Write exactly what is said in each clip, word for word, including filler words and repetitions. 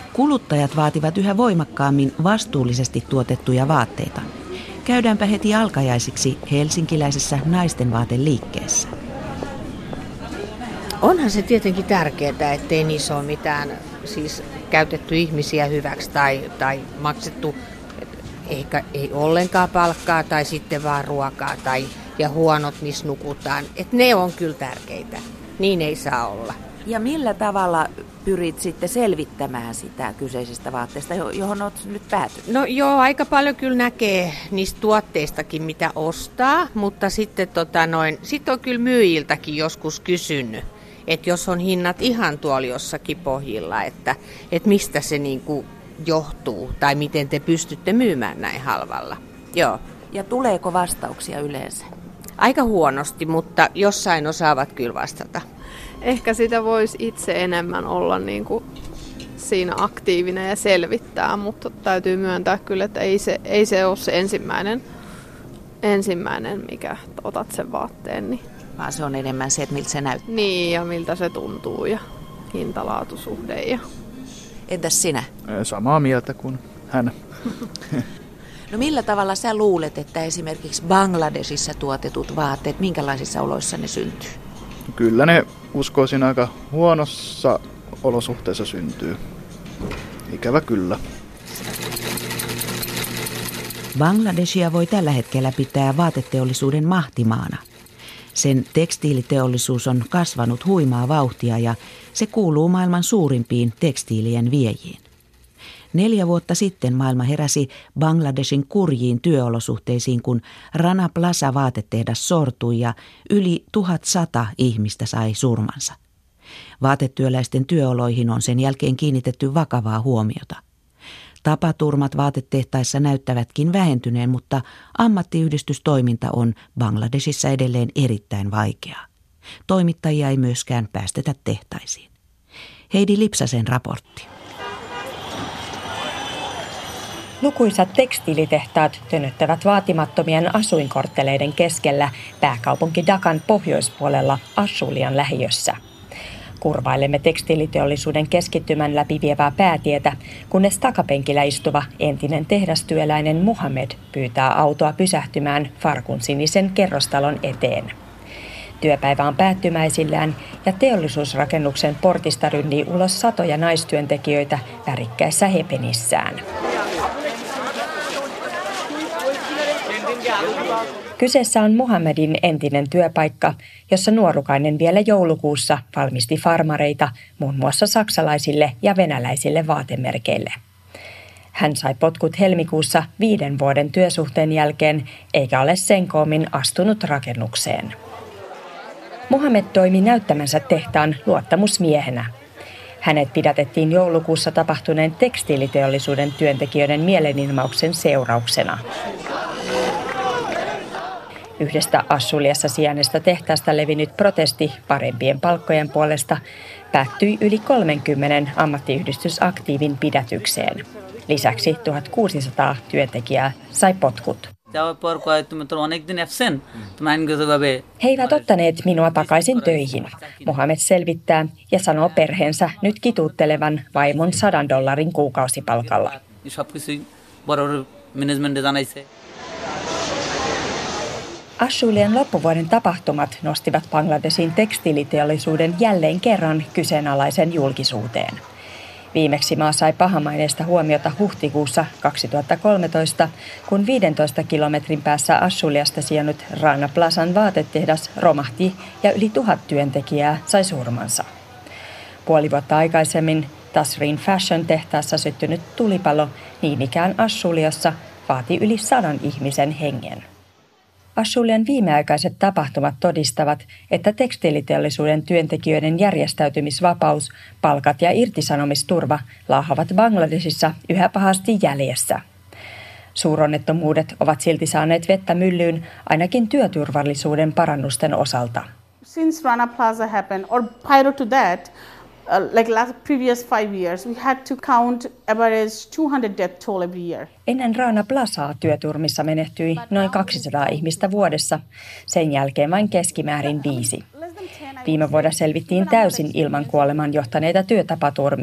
Kuluttajat vaativat yhä voimakkaammin vastuullisesti tuotettuja vaatteita. Käydäänpä heti alkajaisiksi helsinkiläisessä naisten vaateliikkeessä. Onhan se tietenkin tärkeää, ettei niissä ole mitään siis käytetty ihmisiä hyväksi tai, tai maksettu eikä, ei ollenkaan palkkaa tai sitten vaan ruokaa tai, ja huonot, missä nukutaan. Et ne on kyllä tärkeitä. Niin ei saa olla. Ja millä tavalla pyrit sitten selvittämään sitä kyseisestä vaatteesta, johon olet nyt päätynyt? No joo, aika paljon kyllä näkee niistä tuotteistakin, mitä ostaa, mutta sitten tota noin, sit on kyllä myyjiltäkin joskus kysynyt, että jos on hinnat ihan tuolla jossakin pohjilla, että, että mistä se niinku johtuu tai miten te pystytte myymään näin halvalla. Joo. Ja tuleeko vastauksia yleensä? Aika huonosti, mutta jossain osaavat kyllä vastata. Ehkä sitä voisi itse enemmän olla niin kuin siinä aktiivinen ja selvittää, mutta täytyy myöntää kyllä, että ei se, ei se ole se ensimmäinen, ensimmäinen, mikä otat sen vaatteen. Niin. Vaan se on enemmän se, että miltä se näyttää. Niin, ja miltä se tuntuu ja hintalaatusuhde. Ja... Entäs sinä? Samaa mieltä kuin hän. No millä tavalla sä luulet, että esimerkiksi Bangladesissa tuotetut vaatteet, minkälaisissa oloissa ne syntyy? Kyllä ne uskoisin aika huonossa olosuhteessa syntyy. Ikävä kyllä. Bangladesia voi tällä hetkellä pitää vaateteollisuuden mahtimaana. Sen tekstiiliteollisuus on kasvanut huimaa vauhtia ja se kuuluu maailman suurimpiin tekstiilien viejiin. Neljä vuotta sitten maailma heräsi Bangladeshin kurjiin työolosuhteisiin, kun Rana Plaza vaatetehdas sortui ja yli tuhatsata ihmistä sai surmansa. Vaatetyöläisten työoloihin on sen jälkeen kiinnitetty vakavaa huomiota. Tapaturmat vaatetehtaissa näyttävätkin vähentyneen, mutta ammattiyhdistystoiminta on Bangladesissa edelleen erittäin vaikeaa. Toimittajia ei myöskään päästetä tehtaisiin. Heidi Lipsasen raportti. Lukuisat tekstiilitehtaat tönöttävät vaatimattomien asuinkortteleiden keskellä pääkaupunki Dhakan pohjoispuolella Ashulian lähiössä. Kurvailemme tekstiiliteollisuuden keskittymän läpi vievää päätietä, kunnes takapenkillä istuva entinen tehdastyöläinen Muhammed pyytää autoa pysähtymään Farkun sinisen kerrostalon eteen. Työpäivä on päättymäisillään ja teollisuusrakennuksen portista rynnii ulos satoja naistyöntekijöitä värikkäissä hepenissään. Kyseessä on Muhammedin entinen työpaikka, jossa nuorukainen vielä joulukuussa valmisti farmareita muun muassa saksalaisille ja venäläisille vaatemerkeille. Hän sai potkut helmikuussa viiden vuoden työsuhteen jälkeen, eikä ole sen koommin astunut rakennukseen. Muhammed toimi näyttämänsä tehtaan luottamusmiehenä. Hänet pidätettiin joulukuussa tapahtuneen tekstiiliteollisuuden työntekijöiden mielenilmauksen seurauksena. Yhdestä Ashuliassa sijainnesta tehtaasta levinnyt protesti parempien palkkojen puolesta päättyi yli kolmenkymmenen ammattiyhdistysaktiivin pidätykseen. Lisäksi tuhatkuusisataa työntekijää sai potkut. He eivät ottaneet minua takaisin töihin, Muhammed selvittää ja sanoo perheensä nyt kituuttelevan vaimon sadan dollarin kuukausipalkalla. Ashulian loppuvuoden tapahtumat nostivat Bangladesin tekstiiliteollisuuden jälleen kerran kyseenalaisen julkisuuteen. Viimeksi maa sai pahamaineista huomiota huhtikuussa kaksituhattakolmetoista, kun viidentoista kilometrin päässä Ashuliasta sijainnut Rana Plazan vaatetehdas romahti ja yli tuhat työntekijää sai surmansa. Puoli vuotta aikaisemmin Tasreen Fashion-tehtaassa syttynyt tulipalo niin ikään Ashuliassa vaati yli sadan ihmisen hengen. Ashulian viimeaikaiset tapahtumat todistavat, että tekstiiliteollisuuden työntekijöiden järjestäytymisvapaus, palkat ja irtisanomisturva laahavat Bangladesissa yhä pahasti jäljessä. Suuronnettomuudet ovat silti saaneet vettä myllyyn ainakin työturvallisuuden parannusten osalta. Since Rana Plaza happened, or prior to that, Uh, like last previous five years, we had to count average two hundred death toll every year. Ennen Rana Plazaa työturmissa menehtyi noin kaksisataa ihmistä vuodessa, sen jälkeen vain keskimäärin viisi. Viime vuonna selvittiin täysin ilman kuolemaan johtaneita työtapaturmia,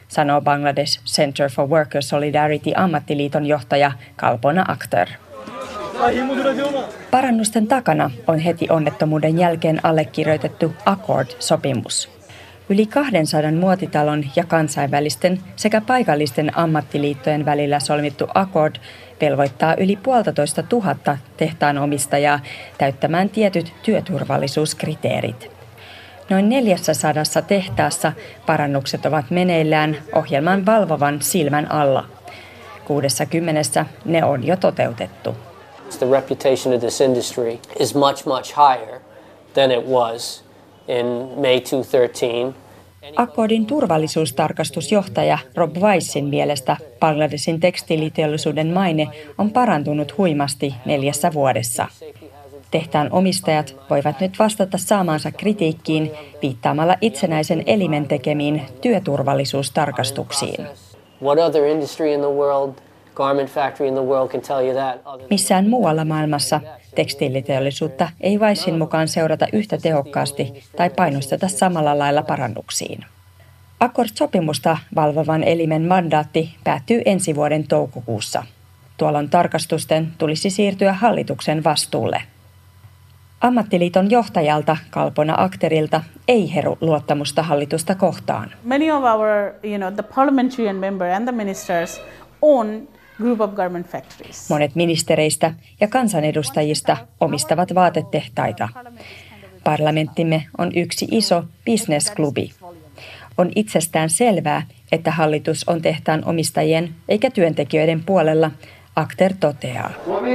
sanoo Bangladesh Center for Worker Solidarity ammattiliiton johtaja Kalpona Akhter. Parannusten takana on heti onnettomuuden jälkeen allekirjoitettu Accord-sopimus. Yli kahdensadan muotitalon ja kansainvälisten sekä paikallisten ammattiliittojen välillä solmittu Accord velvoittaa yli puolitoista tuhatta tehtaan omistajaa täyttämään tietyt työturvallisuuskriteerit. Noin neljässäsadassa tehtaassa parannukset ovat meneillään ohjelman valvovan silmän alla. Kuudessakymmenessä ne on jo toteutettu. The reputation of this industry is much, much higher than it was in May twenty thirteen. Accordin turvallisuustarkastusjohtaja Rob Weissin mielestä Bangladesin tekstiiliteollisuuden maine on parantunut huimasti neljässä vuodessa. Tehtaan omistajat voivat nyt vastata saamaansa kritiikkiin viittaamalla itsenäisen elimen tekemiin työturvallisuustarkastuksiin. What other industry in the world, garment factory in the world can tell you that? Missään muualla maailmassa tekstiiliteollisuutta ei Weissin mukaan seurata yhtä tehokkaasti tai painosteta samalla lailla parannuksiin. Accord-sopimusta valvovan elimen mandaatti päättyy ensi vuoden toukokuussa. Tuolloin tarkastusten tulisi siirtyä hallituksen vastuulle. Ammattiliiton johtajalta Kalpona Akhterilta ei heru luottamusta hallitusta kohtaan. Many of our, you know, the parliamentarian member and the ministers own group of garment factories. Monet ministereistä ja kansanedustajista omistavat vaatetehtaita. Parlamenttimme on yksi iso bisnesklubi. On itsestään selvää, että hallitus on tehtaan omistajien eikä työntekijöiden puolella, Akhter toteaa.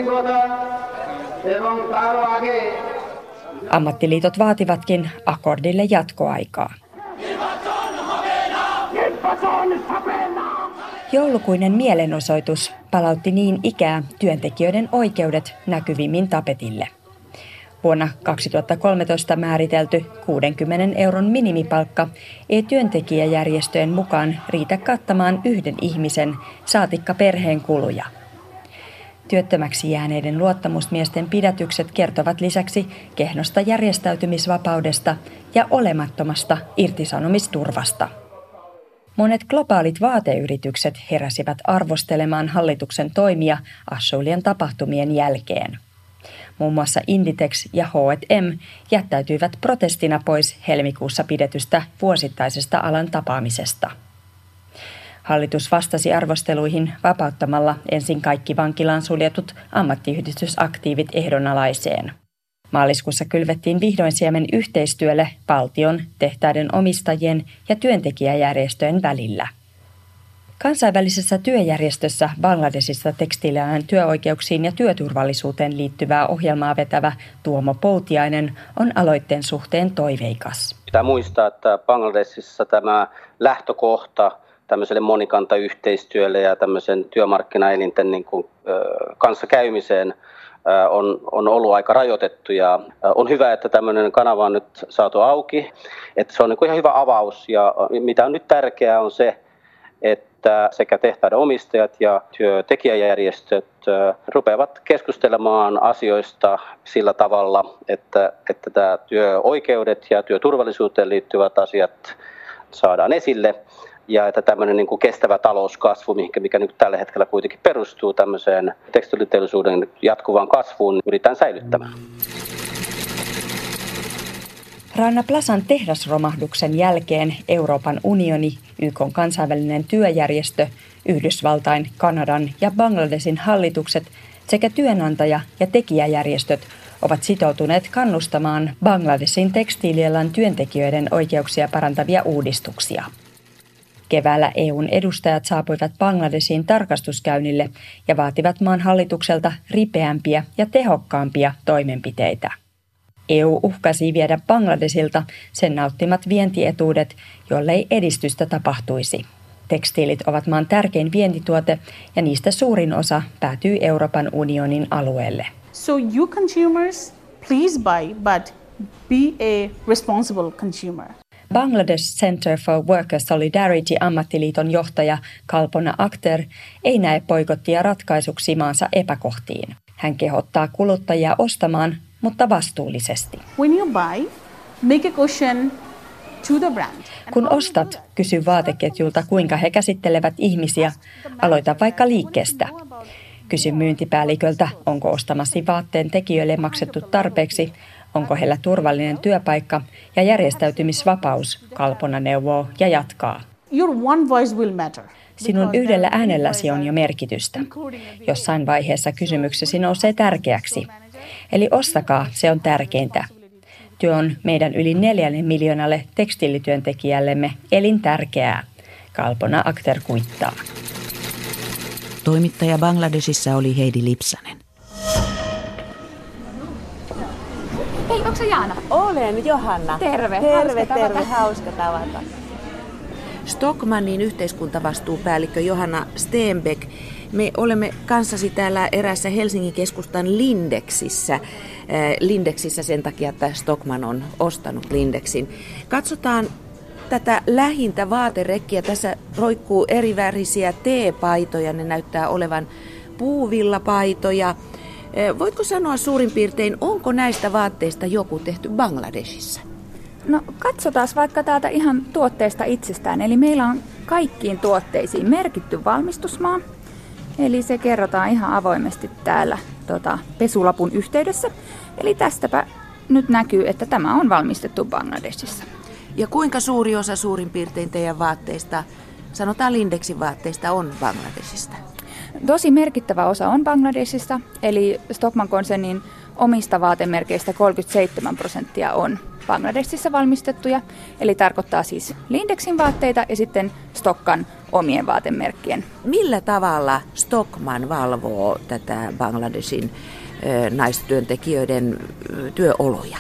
Ammattiliitot vaativatkin Accordille jatkoaikaa. Joulukuinen mielenosoitus palautti niin ikää työntekijöiden oikeudet näkyvimmin tapetille. Vuonna kaksituhattakolmetoista määritelty kuudenkymmenen euron minimipalkka ei työntekijäjärjestöjen mukaan riitä kattamaan yhden ihmisen saatikka perheen kuluja. Työttömäksi jääneiden luottamusmiesten pidätykset kertovat lisäksi kehnosta järjestäytymisvapaudesta ja olemattomasta irtisanomisturvasta. Monet globaalit vaateyritykset heräsivät arvostelemaan hallituksen toimia Ashulien tapahtumien jälkeen. Muun muassa Inditex ja H and M jättäytyivät protestina pois helmikuussa pidetystä vuosittaisesta alan tapaamisesta. Hallitus vastasi arvosteluihin vapauttamalla ensin kaikki vankilaan suljetut ammattiyhdistysaktiivit ehdonalaiseen. Maaliskuussa kylvettiin vihdoin siemen yhteistyölle valtion, tehtaiden omistajien ja työntekijäjärjestöjen välillä. Kansainvälisessä työjärjestössä Bangladesissa tekstiilialan työoikeuksiin ja työturvallisuuteen liittyvää ohjelmaa vetävä Tuomo Poutiainen on aloitteen suhteen toiveikas. Pitää muistaa, että Bangladesissa tämä lähtökohta tämmöiselle monikantayhteistyölle ja tämmöisen työmarkkinaelinten niin kuin, kanssa käymiseen on, on ollut aika rajoitettu ja on hyvä, että tämmöinen kanava on nyt saatu auki. Että se on niin kuin ihan hyvä avaus ja mitä on nyt tärkeää on se, että sekä tehtaiden omistajat ja työntekijäjärjestöt rupeavat keskustelemaan asioista sillä tavalla, että, että tämä työoikeudet ja työturvallisuuteen liittyvät asiat saadaan esille. Ja että tämmöinen niin kuin kestävä talouskasvu, mikä nyt tällä hetkellä kuitenkin perustuu tämmöiseen tekstiiliteollisuuden jatkuvaan kasvuun, yritetään säilyttämään. Rana Plazan tehdasromahduksen jälkeen Euroopan unioni, Y K:n kansainvälinen työjärjestö, Yhdysvaltain, Kanadan ja Bangladesin hallitukset sekä työnantaja- ja tekijäjärjestöt ovat sitoutuneet kannustamaan Bangladesin tekstiilialan työntekijöiden oikeuksia parantavia uudistuksia. Keväällä E U:n edustajat saapuivat Bangladesiin tarkastuskäynnille ja vaativat maan hallitukselta ripeämpiä ja tehokkaampia toimenpiteitä. E U uhkasi viedä Bangladesilta sen nauttimat vientietuudet, jollei edistystä tapahtuisi. Tekstiilit ovat maan tärkein vientituote ja niistä suurin osa päätyy Euroopan unionin alueelle. So you consumers, please buy, but be a responsible consumer. Bangladesh Center for Worker Solidarity ammattiliiton johtaja Kalpona Akhter ei näe boikottia ratkaisuksi maansa epäkohtiin. Hän kehottaa kuluttajia ostamaan, mutta vastuullisesti. When you buy, make a question to the brand. Kun ostat, kysy vaateketjulta, kuinka he käsittelevät ihmisiä. Aloita vaikka liikkeestä. Kysy myyntipäälliköltä, onko ostamasi vaatteen tekijöille maksettu tarpeeksi, onko heillä turvallinen työpaikka ja järjestäytymisvapaus, Kalpona neuvoo ja jatkaa. Your one voice will matter. Sinun yhdellä äänelläsi on jo merkitystä. Jossain vaiheessa kysymyksesi nousee tärkeäksi. Eli ostakaa, se on tärkeintä. Työ on meidän yli neljälle miljoonalle tekstiilityöntekijällemme elintärkeää. Kalpona Akhter kuittaa. Toimittaja Bangladesissa oli Heidi Lipsanen. Hei, onko se Jaana? Olen Johanna. Terve. Terve, hauska terve. Tavata. Hauska tavata. Stockmannin yhteiskuntavastuupäällikkö Johanna Stenbeck. Me olemme kanssasi täällä eräässä Helsingin keskustan Lindexissä. Lindexissä sen takia, että Stockmann on ostanut Lindexin. Katsotaan tätä lähintä vaaterekkiä. Tässä roikkuu erivärisiä T-paitoja. Ne näyttää olevan puuvillapaitoja. Voitko sanoa suurin piirtein, onko näistä vaatteista joku tehty Bangladesissa? No katsotaan vaikka täältä ihan tuotteesta itsestään. Eli meillä on kaikkiin tuotteisiin merkitty valmistusmaa. Eli se kerrotaan ihan avoimesti täällä tota, pesulapun yhteydessä. Eli tästäpä nyt näkyy, että tämä on valmistettu Bangladesissa. Ja kuinka suuri osa suurin piirtein teidän vaatteista, sanotaan Lindexin vaatteista, on Bangladesista? Tosi merkittävä osa on Bangladesissa, eli Stockmann-konsernin omista vaatemerkeistä kolmekymmentäseitsemän prosenttia on Bangladesissa valmistettuja. Eli tarkoittaa siis Lindexin vaatteita ja sitten Stockan omien vaatemerkkien. Millä tavalla Stockmann valvoo tätä Bangladesin ö, naistyöntekijöiden ö, työoloja?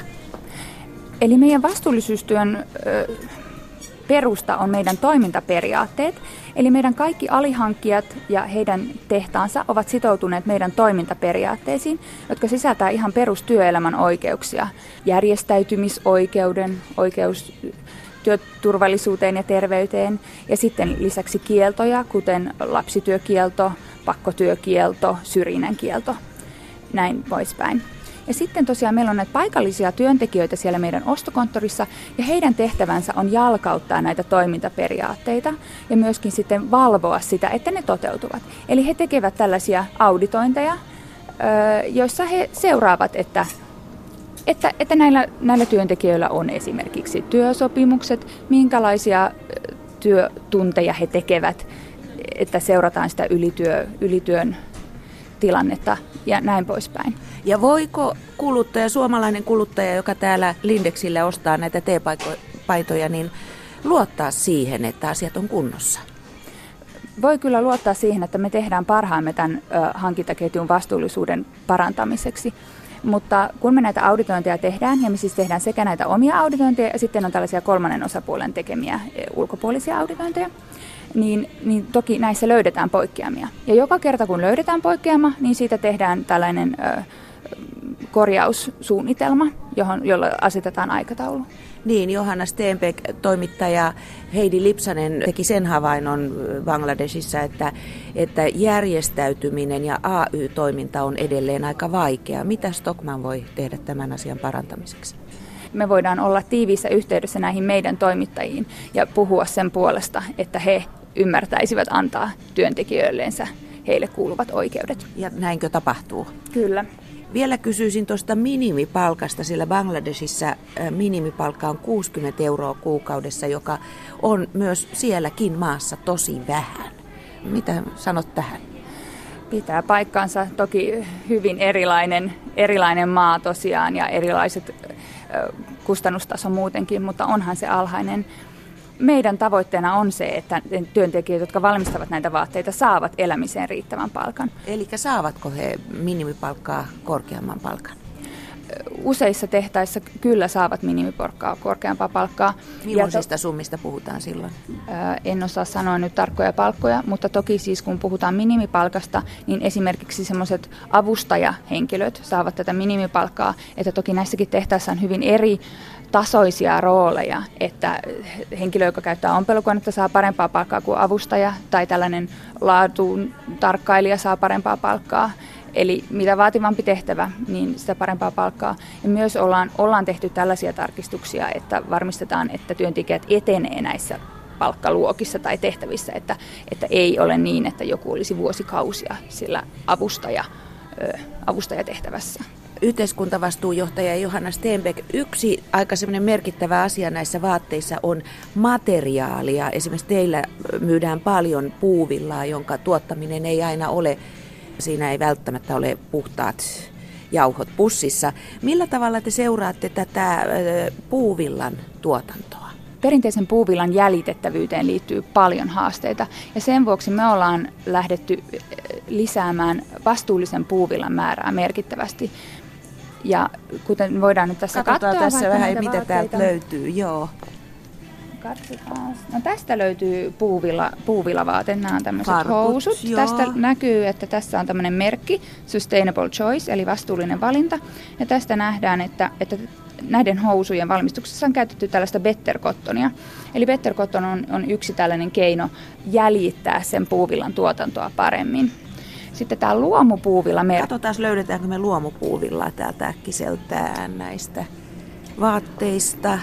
Eli meidän vastuullisuustyön ö, perusta on meidän toimintaperiaatteet. Eli meidän kaikki alihankkijat ja heidän tehtaansa ovat sitoutuneet meidän toimintaperiaatteisiin, jotka sisältää ihan perustyöelämän oikeuksia. Järjestäytymisoikeuden, oikeus työturvallisuuteen ja terveyteen ja sitten lisäksi kieltoja, kuten lapsityökielto, pakkotyökielto, syrjinnän kielto, näin poispäin. Ja sitten tosiaan meillä on näitä paikallisia työntekijöitä siellä meidän ostokonttorissa ja heidän tehtävänsä on jalkauttaa näitä toimintaperiaatteita ja myöskin sitten valvoa sitä, että ne toteutuvat. Eli he tekevät tällaisia auditointeja, joissa he seuraavat, että, että, että näillä, näillä työntekijöillä on esimerkiksi työsopimukset, minkälaisia työtunteja he tekevät, että seurataan sitä ylityö, ylityön tilannetta ja näin poispäin. Ja voiko kuluttaja, suomalainen kuluttaja, joka täällä Lindexillä ostaa näitä teepaitoja, niin luottaa siihen, että asiat on kunnossa? Voi kyllä luottaa siihen, että me tehdään parhaamme tämän hankintaketjun vastuullisuuden parantamiseksi. Mutta kun me näitä auditointeja tehdään, ja me siis tehdään sekä näitä omia auditointeja ja sitten on tällaisia kolmannen osapuolen tekemiä ulkopuolisia auditointeja, Niin, niin toki näissä löydetään poikkeamia. Ja joka kerta kun löydetään poikkeama, niin siitä tehdään tällainen ö, korjaussuunnitelma, johon, jolla asetetaan aikataulu. Niin, Johanna Stenbeck, toimittaja Heidi Lipsanen teki sen havainnon Bangladesissa, että, että järjestäytyminen ja A Y-toiminta on edelleen aika vaikeaa. Mitä Stockmann voi tehdä tämän asian parantamiseksi? Me voidaan olla tiiviissä yhteydessä näihin meidän toimittajiin ja puhua sen puolesta, että he ymmärtäisivät antaa työntekijöillensä heille kuuluvat oikeudet. Ja näinkö tapahtuu? Kyllä. Vielä kysyisin tuosta minimipalkasta, sillä Bangladesissa minimipalkka on kuusikymmentä euroa kuukaudessa, joka on myös sielläkin maassa tosi vähän. Mitä sanot tähän? Pitää paikkansa. Toki hyvin erilainen, erilainen maa tosiaan ja erilaiset kustannustaso muutenkin, mutta onhan se alhainen. Meidän tavoitteena on se, että työntekijät, jotka valmistavat näitä vaatteita, saavat elämiseen riittävän palkan. Eli saavatko he minimipalkkaa korkeamman palkan? Useissa tehtaissa kyllä saavat minimipalkkaa korkeampaa palkkaa. Millaisista summista puhutaan silloin? En osaa sanoa nyt tarkkoja palkkoja, mutta toki siis kun puhutaan minimipalkasta, niin esimerkiksi semmoiset avustajahenkilöt saavat tätä minimipalkkaa, että toki näissäkin tehtaissa on hyvin eri tasoisia rooleja, että henkilö, joka käyttää ompelukonetta, saa parempaa palkkaa kuin avustaja tai tällainen laatuun tarkkailija saa parempaa palkkaa. Eli mitä vaativampi tehtävä, niin sitä parempaa palkkaa. Ja myös ollaan, ollaan tehty tällaisia tarkistuksia, että varmistetaan, että työntekijät etenee näissä palkkaluokissa tai tehtävissä, että, että ei ole niin, että joku olisi vuosikausia sillä avustaja, ö, avustajatehtävässä. Yhteiskuntavastuujohtaja Johanna Stenbäck, yksi aika semmoinen merkittävä asia näissä vaatteissa on materiaalia. Esimerkiksi teillä myydään paljon puuvillaa, jonka tuottaminen ei aina ole, siinä ei välttämättä ole puhtaat jauhot pussissa. Millä tavalla te seuraatte tätä puuvillan tuotantoa? Perinteisen puuvillan jäljitettävyyteen liittyy paljon haasteita ja sen vuoksi me ollaan lähdetty lisäämään vastuullisen puuvillan määrää merkittävästi. Ja kuten voidaan nyt tässä katsotaan katsoa tässä vähän, mitä vaatteita. täältä löytyy. Joo. Katsotaan. No tästä löytyy puuvilla, puuvillavaate. Nämä on tämmöiset Farkut, housut. joo. Tästä näkyy, että tässä on tämmöinen merkki, Sustainable Choice, eli vastuullinen valinta. Ja tästä nähdään, että, että näiden housujen valmistuksessa on käytetty tällaista better cottonia. Eli better cotton on, on yksi tällainen keino jäljittää sen puuvillan tuotantoa paremmin. Sitten tämä luomupuuvilla merkki. Katsotaan, löydetäänkö me luomupuuvillaa täältä äkkiseltään näistä vaatteista.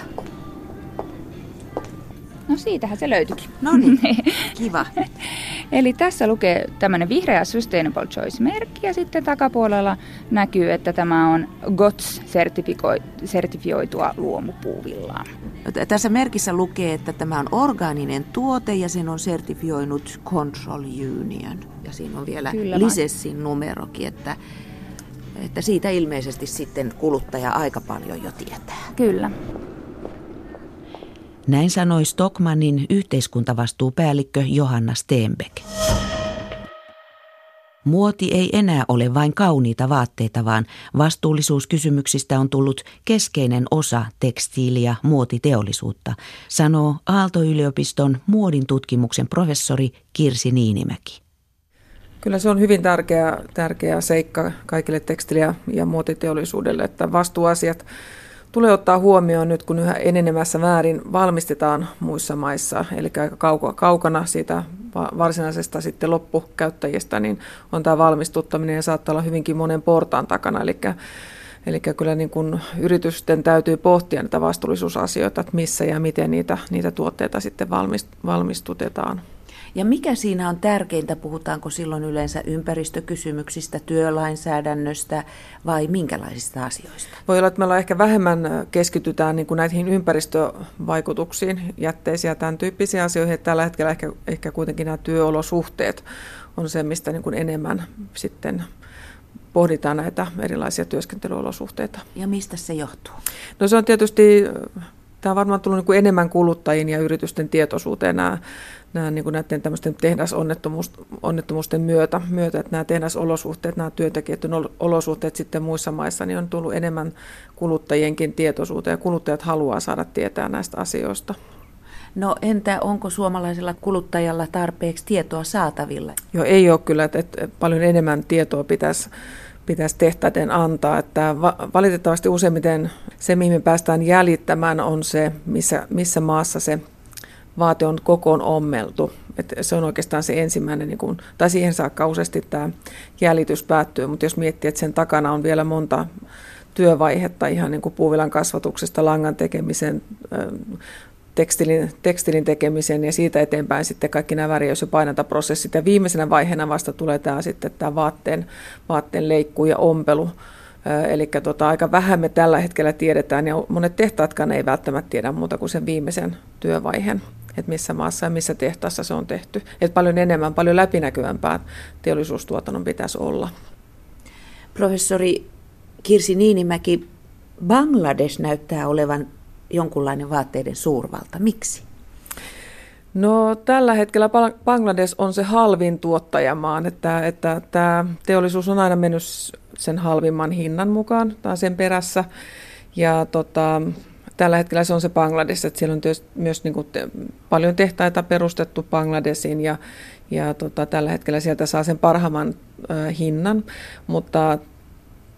No siitähän se löytyikin. No niin, kiva. Eli tässä lukee tämmöinen vihreä Sustainable Choice-merkki ja sitten takapuolella näkyy, että tämä on G O T S-sertifioitua luomupuuvillaa. Tässä merkissä lukee, että tämä on orgaaninen tuote ja sen on sertifioinut Control Union. Ja siinä on vielä Kyllä, lisenssin numerokin, että, että siitä ilmeisesti sitten kuluttaja aika paljon jo tietää. Kyllä. Näin sanoi Stockmannin yhteiskuntavastuupäällikkö Johanna Stenbäck. Muoti ei enää ole vain kauniita vaatteita, vaan vastuullisuuskysymyksistä on tullut keskeinen osa tekstiili- ja muotiteollisuutta, sanoo Aalto-yliopiston muodin tutkimuksen professori Kirsi Niinimäki. Kyllä se on hyvin tärkeä, tärkeä seikka kaikille tekstiili- ja muotiteollisuudelle, että vastuuasiat tulee ottaa huomioon nyt, kun yhä enenemässä määrin valmistetaan muissa maissa, eli aika kaukana siitä varsinaisesta sitten loppukäyttäjistä, niin on tämä valmistuttaminen ja saattaa olla hyvinkin monen portaan takana. Eli, eli kyllä niin kuin yritysten täytyy pohtia näitä vastuullisuusasioita, että missä ja miten niitä, niitä tuotteita sitten valmistutetaan. Ja mikä siinä on tärkeintä? Puhutaanko silloin yleensä ympäristökysymyksistä, työlainsäädännöstä vai minkälaisista asioista? Voi olla, että meillä ehkä vähemmän keskitytään niin kuin näihin ympäristövaikutuksiin, jätteisiin ja tämän tyyppisiin asioihin. Tällä hetkellä ehkä, ehkä kuitenkin nämä työolosuhteet on se, mistä niin kuin enemmän sitten pohditaan näitä erilaisia työskentelyolosuhteita. Ja mistä se johtuu? No se on tietysti, tämä on varmaan tullut niin kuin enemmän kuluttajien ja yritysten tietoisuuteen nämä, nämä niin kuin näiden tämmöisten tehdasonnettomuusten myötä, myötä, että nämä tehdasolosuhteet, nämä työntekijöiden olosuhteet sitten muissa maissa, niin on tullut enemmän kuluttajienkin tietoisuuteen ja kuluttajat haluaa saada tietää näistä asioista. No entä onko suomalaisella kuluttajalla tarpeeksi tietoa saatavilla? Joo, ei ole kyllä, että, että paljon enemmän tietoa pitäisi, pitäisi tehtäiden antaa. Että valitettavasti useimmiten se, mihin me päästään jäljittämään, on se, missä, missä maassa se vaate on kokoon ommeltu. Että se on oikeastaan se ensimmäinen, niin kuin, tai siihen saakka useasti tämä jäljitys päättyy, mutta jos miettii, että sen takana on vielä monta työvaihetta, ihan niin kuin puuvillan kasvatuksesta, langan tekemisen, tekstilin, tekstilin tekemisen ja siitä eteenpäin sitten kaikki nämä värjäys- ja painantaprosessit. Ja viimeisenä vaiheena vasta tulee tämä sitten tämä vaatteen, vaatteen leikkuu ja ompelu. Eli tota, aika vähän me tällä hetkellä tiedetään ja monet tehtaatkaan ei välttämättä tiedä muuta kuin sen viimeisen työvaiheen, että missä maassa ja missä tehtaassa se on tehty. Että paljon enemmän, paljon läpinäkyvämpää teollisuustuotannon pitäisi olla. Professori Kirsi Niinimäki, Bangladesh näyttää olevan jonkunlainen vaatteiden suurvalta. Miksi? No tällä hetkellä Bangladesh on se halvin tuottajamaan, että, että tämä teollisuus on aina mennyt sen halvimman hinnan mukaan tai sen perässä. Ja tota, tällä hetkellä se on se Bangladesh, että siellä on myös niin kuin te, paljon tehtaita perustettu Bangladeshiin ja, ja tota, tällä hetkellä sieltä saa sen parhaamman äh, hinnan, mutta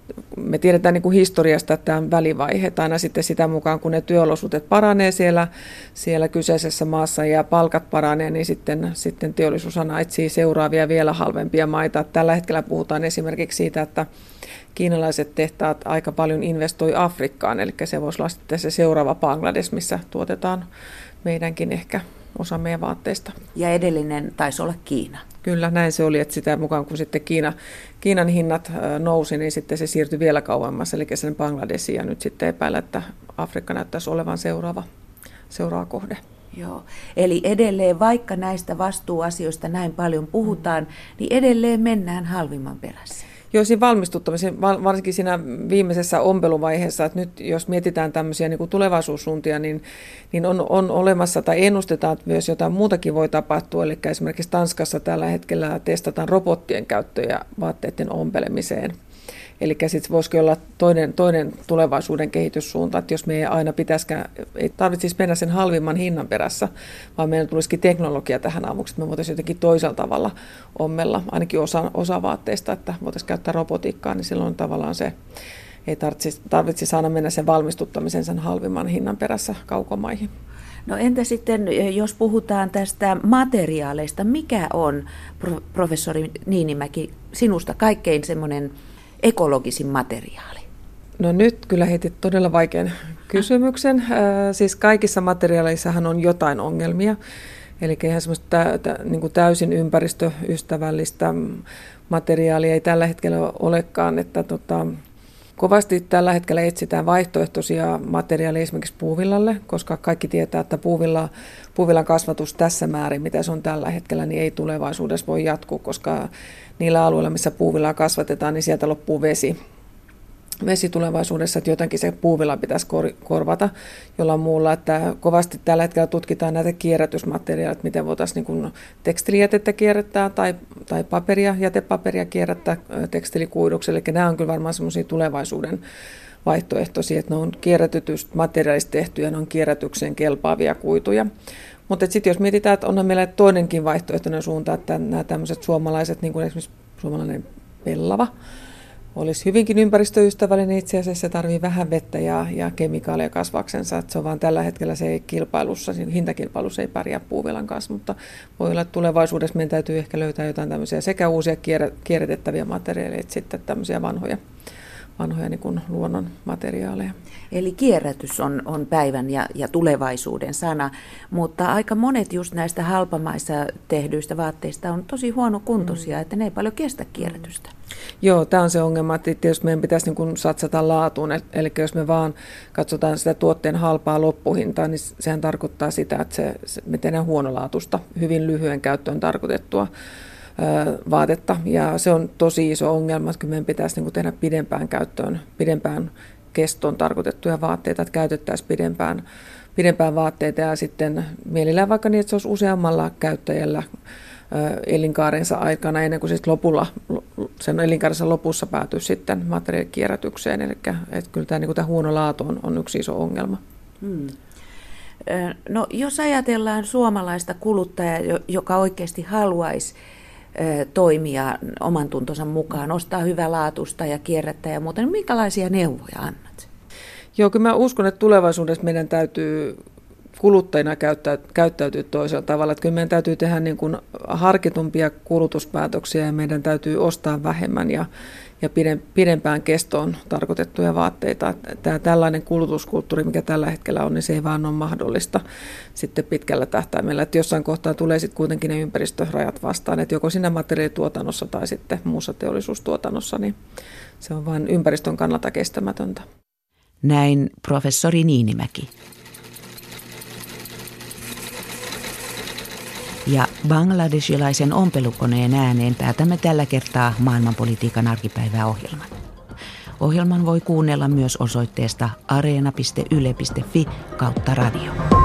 me tiedetään niin kuin historiasta, että tämä on välivaihe, aina sitten sitä mukaan, kun ne työolosuhteet paranee siellä, siellä kyseisessä maassa ja palkat paranee, niin sitten, sitten teollisuus aina etsii seuraavia vielä halvempia maita. Tällä hetkellä puhutaan esimerkiksi siitä, että kiinalaiset tehtaat aika paljon investoi Afrikkaan, eli se voisi olla sitten se seuraava Bangladesh, missä tuotetaan meidänkin ehkä osa meidän vaatteista. Ja edellinen taisi olla Kiina. Kyllä, näin se oli, että sitä mukaan kun sitten Kiina, Kiinan hinnat nousi, niin sitten se siirtyi vielä kauemmas, eli sen Bangladesiin, ja nyt sitten epäillä, että Afrikka näyttäisi olevan seuraava, seuraava kohde. Joo, eli edelleen vaikka näistä vastuuasioista näin paljon puhutaan, niin edelleen mennään halvimman perässä. Joo, siinä valmistuttamisen, varsinkin siinä viimeisessä ompeluvaiheessa, että nyt jos mietitään tämmöisiä niin kuin tulevaisuussuuntia, niin, niin on, on olemassa tai ennustetaan, että myös jotain muutakin voi tapahtua. Eli esimerkiksi Tanskassa tällä hetkellä testataan robottien käyttöjä vaatteiden ompelemiseen. Eli sitten voisikin olla toinen, toinen tulevaisuuden kehityssuunta, että jos me ei aina pitäisikään, ei tarvitsisi mennä sen halvimman hinnan perässä, vaan meillä tulisikin teknologia tähän avuksi, että me voitaisiin jotenkin toisella tavalla ommella, ainakin osa, osa vaatteista, että voitaisiin käyttää robotiikkaa, niin silloin tavallaan se ei tarvitsisi, tarvitsisi aina mennä sen valmistuttamisen sen halvimman hinnan perässä kaukomaihin. No entä sitten, jos puhutaan tästä materiaaleista, mikä on, professori Niinimäki, sinusta kaikkein semmoinen ekologisin materiaali? No nyt kyllä heitit todella vaikean kysymyksen. Äh, siis kaikissa materiaaleissahan on jotain ongelmia. Eli ihan semmoista tä, tä, niin kuin täysin ympäristöystävällistä materiaalia ei tällä hetkellä olekaan. Että tota, kovasti tällä hetkellä etsitään vaihtoehtoisia materiaaleja esimerkiksi puuvillalle, koska kaikki tietää, että puuvilla, puuvillan kasvatus tässä määrin, mitä se on tällä hetkellä, niin ei tulevaisuudessa voi jatkuu, koska niillä alueilla, missä puuvillaa kasvatetaan, niin sieltä loppuu vesi. Vesi tulevaisuudessa, että jotenkin se puuvilla pitäisi kor- korvata jollain muulla. Että kovasti tällä hetkellä tutkitaan näitä kierrätysmateriaaleja, että miten voitaisiin niin tekstiilijätettä kierrättää tai, tai paperia, jätepaperia kierrättää tekstiilikuiduksi. Eli nämä on kyllä varmaan semmoisia tulevaisuuden vaihtoehtoisia, että ne on kierrätetystä materiaalista tehtyjä, ne on kierrätykseen kelpaavia kuituja. Mutta sitten jos mietitään, että onhan meillä toinenkin vaihtoehtoinen suunta, että nämä tämmöiset suomalaiset, niin kuin esimerkiksi suomalainen pellava, olisi hyvinkin ympäristöystävällinen itse asiassa, se tarvitsee vähän vettä ja, ja kemikaaleja kasvaksensa, että se on vaan tällä hetkellä se ei kilpailussa, hintakilpailussa ei pärjää puuvillan kanssa, mutta voi olla, että tulevaisuudessa meidän täytyy ehkä löytää jotain tämmöisiä sekä uusia kierrätettäviä materiaaleja, että sitten tämmöisiä vanhoja, vanhoja niin kuin luonnon materiaaleja. Eli kierrätys on, on päivän ja, ja tulevaisuuden sana, mutta aika monet just näistä halpamaissa tehdyistä vaatteista on tosi huonokuntoisia, mm. että ne ei paljon kestä kierrätystä. Joo, tämä on se ongelma, että jos meidän pitäisi niin kuin satsata laatuun, eli jos me vaan katsotaan sitä tuotteen halpaa loppuhintaa, niin sehän tarkoittaa sitä, että se, se, me tehdään huonolaatusta, hyvin lyhyen käyttöön tarkoitettua ö, vaatetta, ja se on tosi iso ongelma, että meidän pitäisi niin kuin tehdä pidempään käyttöön, pidempään kestoon tarkoitettuja vaatteita, että käytettäisiin pidempään, pidempään vaatteita ja sitten mielellään vaikka niin, että se olisi useammalla käyttäjällä elinkaarensa aikana ennen kuin siis lopulla, sen elinkaarensa lopussa päätyy sitten materiaalikierrätykseen. Eli että kyllä tämä, niin kuin tämä huono laatu on, on yksi iso ongelma. Hmm. No, jos ajatellaan suomalaista kuluttajaa, joka oikeasti haluaisi toimia oman tuntonsa mukaan, ostaa hyvälaatuista ja kierrättää ja muuta, niin minkälaisia neuvoja annat? Joo, kyllä mä uskon, että tulevaisuudessa meidän täytyy kuluttajina käyttää, käyttäytyy toisella tavalla. Että kyllä meidän täytyy tehdä niin kuin harkitumpia kulutuspäätöksiä ja meidän täytyy ostaa vähemmän ja, ja pidempään kestoon tarkoitettuja vaatteita. Tämä tällainen kulutuskulttuuri, mikä tällä hetkellä on, niin se ei vaan ole mahdollista sitten pitkällä tähtäimellä. Että jossain kohtaa tulee sitten kuitenkin ne ympäristörajat vastaan, että joko siinä materiaalituotannossa tai sitten muussa teollisuustuotannossa, niin se on vain ympäristön kannalta kestämätöntä. Näin professori Niinimäki. Ja bangladeshilaisen ompelukoneen ääneen päätämme tällä kertaa maailmanpolitiikan arkipäivää ohjelman. Ohjelman voi kuunnella myös osoitteesta areena piste yle piste fi kautta radio.